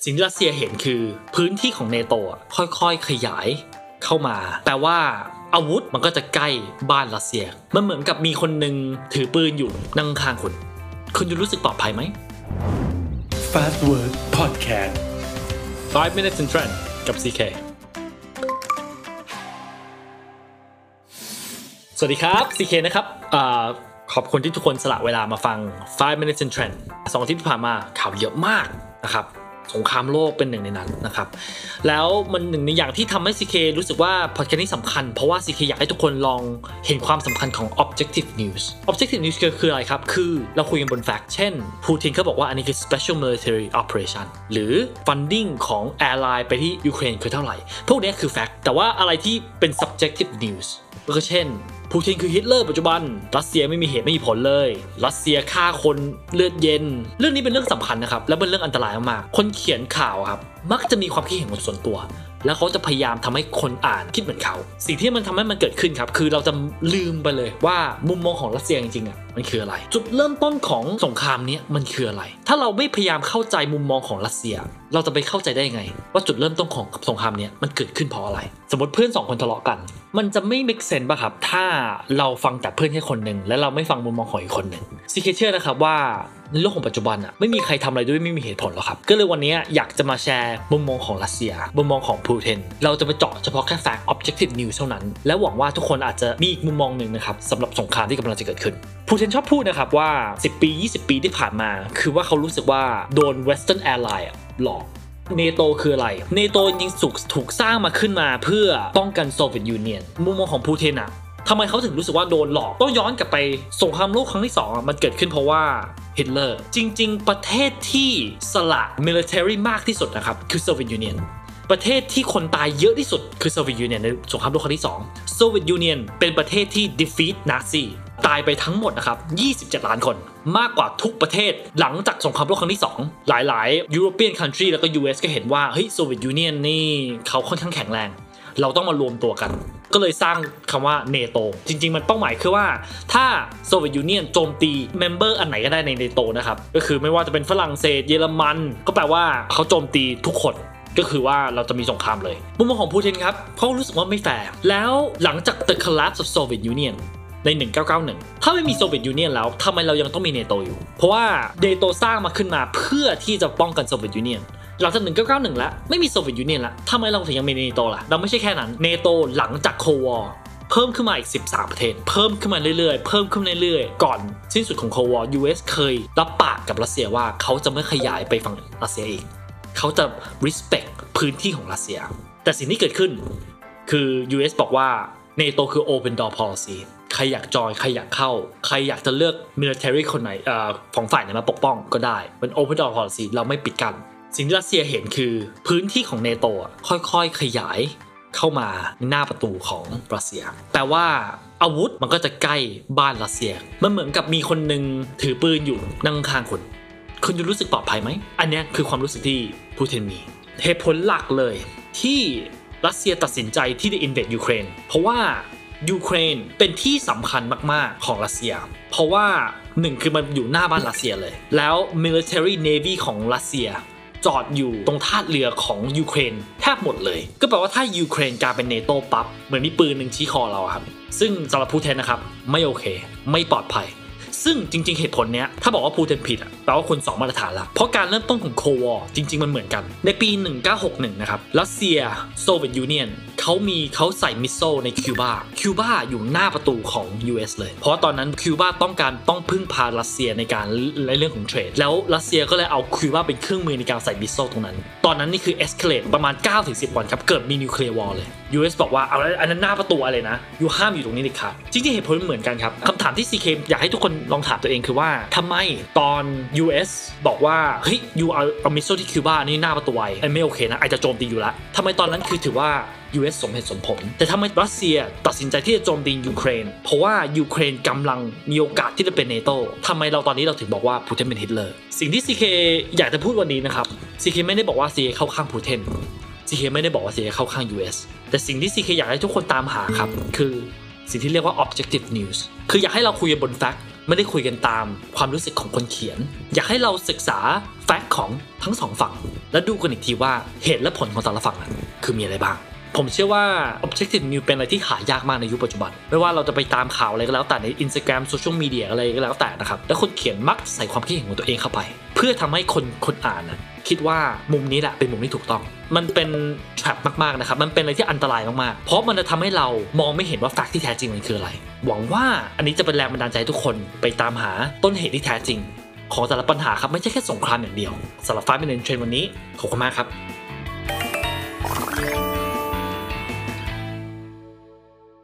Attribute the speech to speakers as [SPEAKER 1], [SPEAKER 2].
[SPEAKER 1] สิ่งที่รัสเซียเห็นคือพื้นที่ของเนโตค่อยๆขยายเข้ามาแปลว่าอาวุธมันก็จะใกล้บ้านรัสเซียมันเหมือนกับมีคนหนึ่งถือปืนอยู่นั่งข้างคุณจะรู้สึกปลอดภัยไหม
[SPEAKER 2] Fast Word Podcast
[SPEAKER 1] 5 minutes in trend กับ CK สวัสดีครับ CK นะครับขอบคุณที่ทุกคนสละเวลามาฟัง 5 minutes in trend 2 อาทิตย์ที่ผ่านมาข่าวเยอะมากนะครับสงครามโลกเป็นหนึ่งในนั้นนะครับแล้วมันหนึ่งในอย่างที่ทำให้ CK รู้สึกว่าพอดแคสต์นี้สำคัญเพราะว่า CK อยากให้ทุกคนลองเห็นความสำคัญของ objective news objective news คืออะไรครับคือเราคุยกันบน fact เช่นปูตินเขาบอกว่าอันนี้คือ special military operation หรือ funding ของ airline ไปที่ยูเครนคือเท่าไหร่พวกนี้คือ fact แต่ว่าอะไรที่เป็น subjective news ก็เช่นปูตินคือฮิตเลอร์ปัจจุบันรัสเซียไม่มีเหตุไม่มีผลเลยรัสเซียฆ่าคนเลือดเย็นเรื่องนี้เป็นเรื่องสำคัญนะครับและเป็นเรื่องอันตรายมากๆคนเขียนข่าวครับมักจะมีความคิดเห็นส่วนตัวแล้วเขาจะพยายามทำให้คนอ่านคิดเหมือนเขาสิ่งที่มันทำให้มันเกิดขึ้นครับคือเราจะลืมไปเลยว่ามุมมองของรัสเซียจริงๆมันคืออะไรจุดเริ่มต้นของสงครามนี้มันคืออะไรถ้าเราไม่พยายามเข้าใจมุมมองของรัสเซียเราจะไปเข้าใจได้ยังไงว่าจุดเริ่มต้นของสงครามนี้มันเกิดขึ้นเพราะอะไรสมมติเพื่อน2คนทะเลาะกันมันจะไม่ make sense ป่ะครับถ้าเราฟังแต่เพื่อนแค่คนนึงและเราไม่ฟังมุมมองของอีกคนนึงซีเคเชื่อนะครับว่าในโลกของปัจจุบันไม่มีใครทำอะไรด้วยไม่มีเหตุผลหรอกครับก็เลยวันนี้อยากจะมาแชร์มุมมองของรัสเซียมุมมองของปูตินเราจะไปเจาะเฉพาะแค่ fact objective news เท่านั้นและหวังว่าทุกคนอาจจะมีอีกมุมมองหนึ่งนะครับสำหรับสงครามที่กำลังจะเกิดขึ้นปูตินชอบพูดนะครับว่า10 ปี20 ปีที่ผ่านมาคือว่าเขารู้สึกว่าโดน Western Ally หลอกเนโตคืออะไรเนโตจริงๆถูกสร้างมาขึ้นมาเพื่อป้องกันโซเวียตยูเนียนมุมมองของปูตินทำไมเขาถึงรู้สึกว่าโดนหลอกต้องย้อนกลับไปสงครามโลกครั้งที่2มันเกิดขึ้นเพราะว่าฮิตเลอร์จริงๆประเทศที่สละ military มากที่สุดนะครับคือโซเวียตยูเนียนประเทศที่คนตายเยอะที่สุดคือโซเวียตยูเนียนในสงครามโลกครั้งที่2โซเวียตยูเนียนเป็นประเทศที่ defeat นาซีตายไปทั้งหมดนะครับ27 ล้านคนมากกว่าทุกประเทศหลังจากสงครามโลกครั้งที่2หลายๆ European country แล้วก็ US ก็เห็นว่าเฮ้ยโซเวียตยูเนียนนี่เขาค่อนข้างแข็งแรงเราต้องมารวมตัวกันก็เลยสร้างคำว่าเนโตจริงๆมันเป้าหมายคือว่าถ้าโซเวียตยูเนียนโจมตีเมมเบอร์อันไหนก็ได้ในเนโตนะครับก็คือไม่ว่าจะเป็นฝรั่งเศสเยอรมันก็แปลว่าเขาโจมตีทุกคนก็คือว่าเราจะมีสงครามเลยมุมมองของปูตินครับเขารู้สึกว่าไม่แฟร์แล้วหลังจาก The Collapse of Soviet Union ใน1991ถ้าไม่มีโซเวียตยูเนียนแล้วทำไมเรายังต้องมีเนโตอยู่เพราะว่าเนโตสร้างมาขึ้นมาเพื่อที่จะป้องกันโซเวียตยูเนียนหลังจาก1991แล้วไม่มีโซเวียตยูเนียนแล้วทำไมเราถึงยังมีเนโตล่ะเราไม่ใช่แค่นั้นเนโตหลังจากโควอร์เพิ่มขึ้นมาอีก13ประเทศเพิ่มขึ้นมาเรื่อยๆเพิ่มขึ้นเรื่อยๆก่อนสิ้นสุดของโควอร์ US เคยรับปากกับรัสเซียว่าเขาจะไม่ขยายไปฝั่งรัสเซียอีกเขาจะ respect พื้นที่ของรัสเซียแต่สิ่งที่เกิดขึ้นคือ US บอกว่าเนโตคือ open door policy ใครอยากจอยใครอยากเข้าใครอยากจะเลือก military คนไหนของฝ่ายไหนมาปกป้องก็ได้เป็น open door policy เราไม่ปิดกั้นสิ่งที่รัสเซียเห็นคือพื้นที่ของเนโตค่อยๆขยายเข้ามาหน้าประตูของรัสเซียแต่ว่าอาวุธมันก็จะใกล้บ้านรัสเซียมันเหมือนกับมีคนหนึ่งถือปืนอยู่นั่งข้างคุณจะรู้สึกปลอดภัยไหมอันนี้คือความรู้สึกที่ปูตินมีเหตุผลหลักเลยที่รัสเซียตัดสินใจที่จะ invade ยูเครนเพราะว่ายูเครนเป็นที่สำคัญมากๆของรัสเซียเพราะว่า1คือมันอยู่หน้าบ้านรัสเซียเลยแล้ว military navy ของรัสเซียจอดอยู่ตรงท่าเรือของยูเครนแทบหมดเลยก็แปลว่าถ้ายูเครนกลายเป็นเนโตปั๊บเหมือนมีปืนหนึ่งชี้คอเราครับซึ่งสำหรับปูตินนะครับไม่โอเคไม่ปลอดภัยซึ่งจริงๆเหตุผลเนี้ยถ้าบอกว่าปูตินผิดแปลว่าคุณ2มาตรฐานละเพราะการเริ่มต้นของโควอร์จริงๆมันเหมือนกันในปี1961นะครับรัสเซียโซเวียตยูเนียนเขาใส่มิสไซล์ในคิวบาอยู่หน้าประตูของ US เลยเพราะตอนนั้นคิวบาต้องพึ่งพารัสเซียในเรื่องของเทรดแล้วรัสเซียก็เลยเอาคิวบาเป็นเครื่องมือในการใส่มิสไซล์ตรงนั้นตอนนั้นนี่คือเอ็กซ์เคเลตประมาณ 9-10 วันครับเกิดมีนิวเคลียร์วอร์เลย US บอกว่าเอาอันนั้นหน้าประตูอะไรนะอยู่ห้ามอยู่ตรงนี้เด็ดขาดจริงๆเหตุผลเหมือนกันครับคำถามที่ CK อยากให้ทุกคนลองถามตัวเองคือว่าทำไมตอน US บอกว่าเฮ้ยยูเอามิสไซล์ที่คิวบานี่หน้าประตูไว้ไม่โอเคนะอาจจะโจมตีอยู่ละทำไมตอนนั้นคือถือว่า US สมเหตุสมผลแต่ทำไมรัสเซียตัดสินใจที่จะโจมตียูเครนเพราะว่ายูเครนกำลังมีโอกาสที่จะเป็นเนโตทำไมเราตอนนี้เราถึงบอกว่าปูตินเป็นฮิตเลอร์สิ่งที่ CK อยากจะพูดวันนี้นะครับ CK ไม่ได้บอกว่า CK เข้าข้างปูติน CK ไม่ได้บอกว่า CK เข้าข้าง US แต่สิ่งที่ CK อยากให้ทุกคนตามหาครับคือสิ่งที่เรียกว่า objective news คืออยากให้เราคุยกันบน fact ไม่ได้คุยกันตามความรู้สึกของคนเขียนอยากให้เราศึกษาแฟกต์ของทั้งสองฝั่งและดูกันอีกทีว่าเหตุและผลของแต่ละฝั่งนั้นคือมีอะไรบ้างผมเชื่อว่า Objective News เป็นอะไรที่หายากมากในยุคปัจจุบันไม่ว่าเราจะไปตามข่าวอะไรก็แล้วแต่ใน Instagram Social Media อะไรก็แล้วแต่นะครับและคนเขียนมักใส่ความคิดเห็นของตัวเองเข้าไปเพื่อทำให้คนอ่านนะคิดว่ามุมนี้แหละเป็นมุมที่ถูกต้องมันเป็น trap มากๆนะครับมันเป็นอะไรที่อันตรายมากๆเพราะมันจะทำให้เรามองไม่เห็นว่า fact ที่แท้จริงมันคืออะไรหวังว่าอันนี้จะเป็นแรงบันดาลใจให้ทุกคนไปตามหาต้นเหตุที่แท้จริงของแต่ละปัญหาครับไม่ใช่แค่สงครามอย่างเดียวสำหรับ5 Minute Trend วันนี้ขอบคุณมากครับ